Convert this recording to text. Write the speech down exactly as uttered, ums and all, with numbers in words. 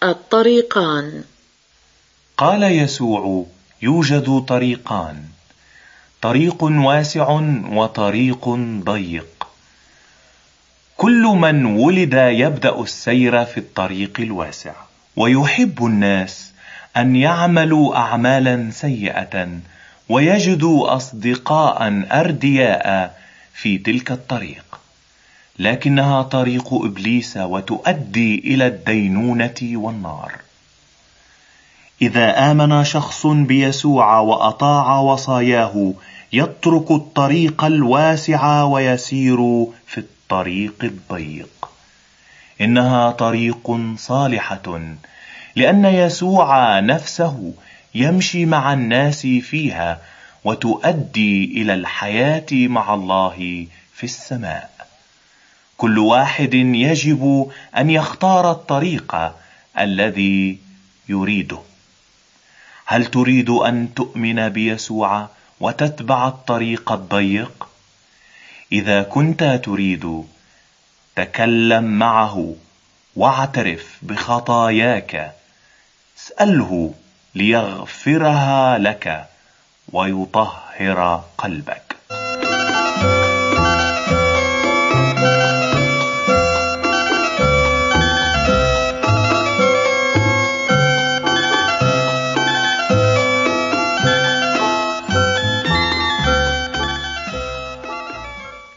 الطريقان. قال يسوع: يوجد طريقان، طريق واسع وطريق ضيق. كل من ولد يبدأ السير في الطريق الواسع، ويحب الناس أن يعملوا أعمالا سيئة ويجدوا أصدقاء أردياء في تلك الطريق، لكنها طريق إبليس وتؤدي إلى الدينونة والنار. إذا آمن شخص بيسوع وأطاع وصاياه يترك الطريق الواسع ويسير في الطريق الضيق. إنها طريق صالحة، لأن يسوع نفسه يمشي مع الناس فيها وتؤدي إلى الحياة مع الله في السماء. كل واحد يجب أن يختار الطريق الذي يريده. هل تريد أن تؤمن بيسوع وتتبع الطريق الضيق؟ إذا كنت تريد، تكلم معه واعترف بخطاياك، اسأله ليغفرها لك ويطهر قلبك.